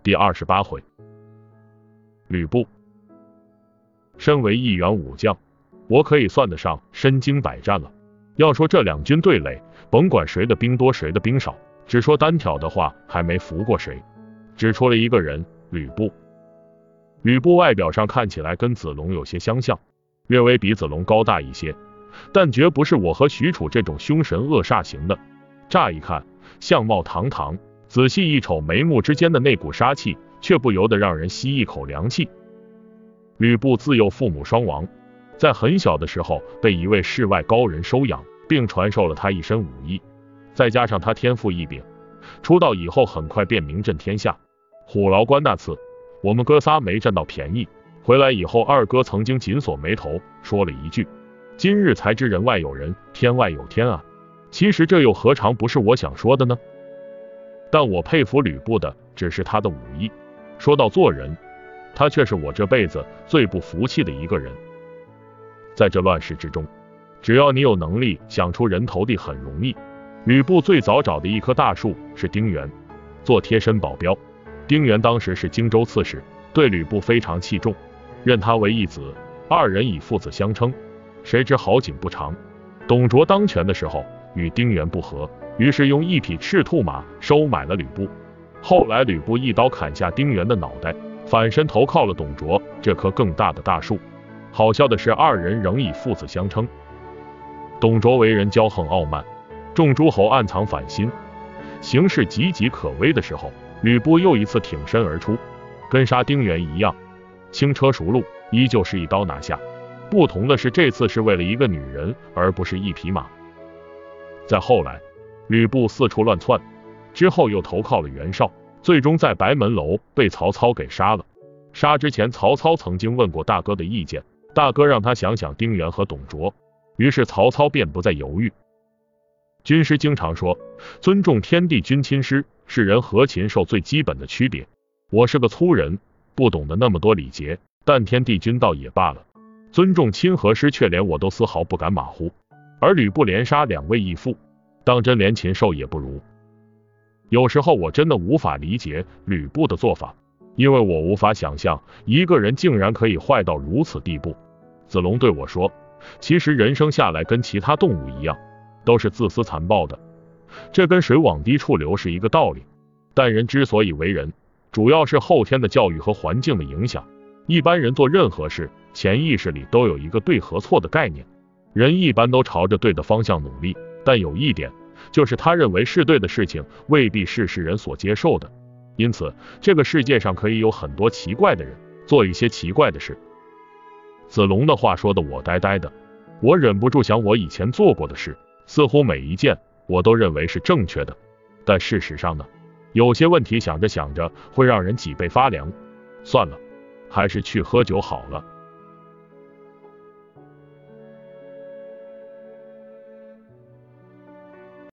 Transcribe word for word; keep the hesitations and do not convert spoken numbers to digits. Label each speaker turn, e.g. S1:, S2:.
S1: 第二十八回，吕布。身为一员武将，我可以算得上身经百战了。要说这两军对垒，甭管谁的兵多谁的兵少，只说单挑的话，还没服过谁。只出了一个人，吕布。吕布外表上看起来跟子龙有些相像，略微比子龙高大一些，但绝不是我和许褚这种凶神恶煞型的。乍一看，相貌堂堂，仔细一瞅，眉目之间的那股杀气，却不由得让人吸一口凉气。吕布自幼父母双亡，在很小的时候被一位世外高人收养，并传授了他一身武艺，再加上他天赋异禀，出道以后很快便名震天下。虎牢关那次，我们哥仨没占到便宜，回来以后，二哥曾经紧锁眉头，说了一句：“今日才知人外有人，天外有天啊。”其实这又何尝不是我想说的呢？但我佩服吕布的只是他的武艺，说到做人，他却是我这辈子最不服气的一个人。在这乱世之中，只要你有能力想出人头地很容易。吕布最早找的一棵大树是丁原，做贴身保镖。丁原当时是荆州刺史，对吕布非常器重，认他为义子，二人以父子相称。谁知好景不长，董卓当权的时候与丁原不和，于是用一匹赤兔马收买了吕布。后来吕布一刀砍下丁原的脑袋，反身投靠了董卓这棵更大的大树。好笑的是，二人仍以父子相称。董卓为人骄横傲慢，众诸侯暗藏反心，形势岌岌可危的时候，吕布又一次挺身而出，跟杀丁原一样，轻车熟路，依旧是一刀拿下。不同的是，这次是为了一个女人，而不是一匹马。再后来，吕布四处乱窜，之后又投靠了袁绍，最终在白门楼被曹操给杀了。杀之前，曹操曾经问过大哥的意见，大哥让他想想丁原和董卓，于是曹操便不再犹豫。军师经常说，尊重天地君亲师是人和禽兽最基本的区别。我是个粗人，不懂得那么多礼节，但天地君倒也罢了，尊重亲和师却连我都丝毫不敢马虎。而吕布连杀两位义父，当真连禽兽也不如。有时候我真的无法理解吕布的做法，因为我无法想象一个人竟然可以坏到如此地步。子龙对我说，其实人生下来跟其他动物一样，都是自私残暴的，这跟水往低处流是一个道理。但人之所以为人，主要是后天的教育和环境的影响。一般人做任何事，潜意识里都有一个对和错的概念，人一般都朝着对的方向努力，但有一点，就是他认为是对的事情，未必是世人所接受的。因此，这个世界上可以有很多奇怪的人，做一些奇怪的事。子龙的话说的我呆呆的，我忍不住想我以前做过的事，似乎每一件我都认为是正确的，但事实上呢，有些问题想着想着会让人脊背发凉。算了，还是去喝酒好了。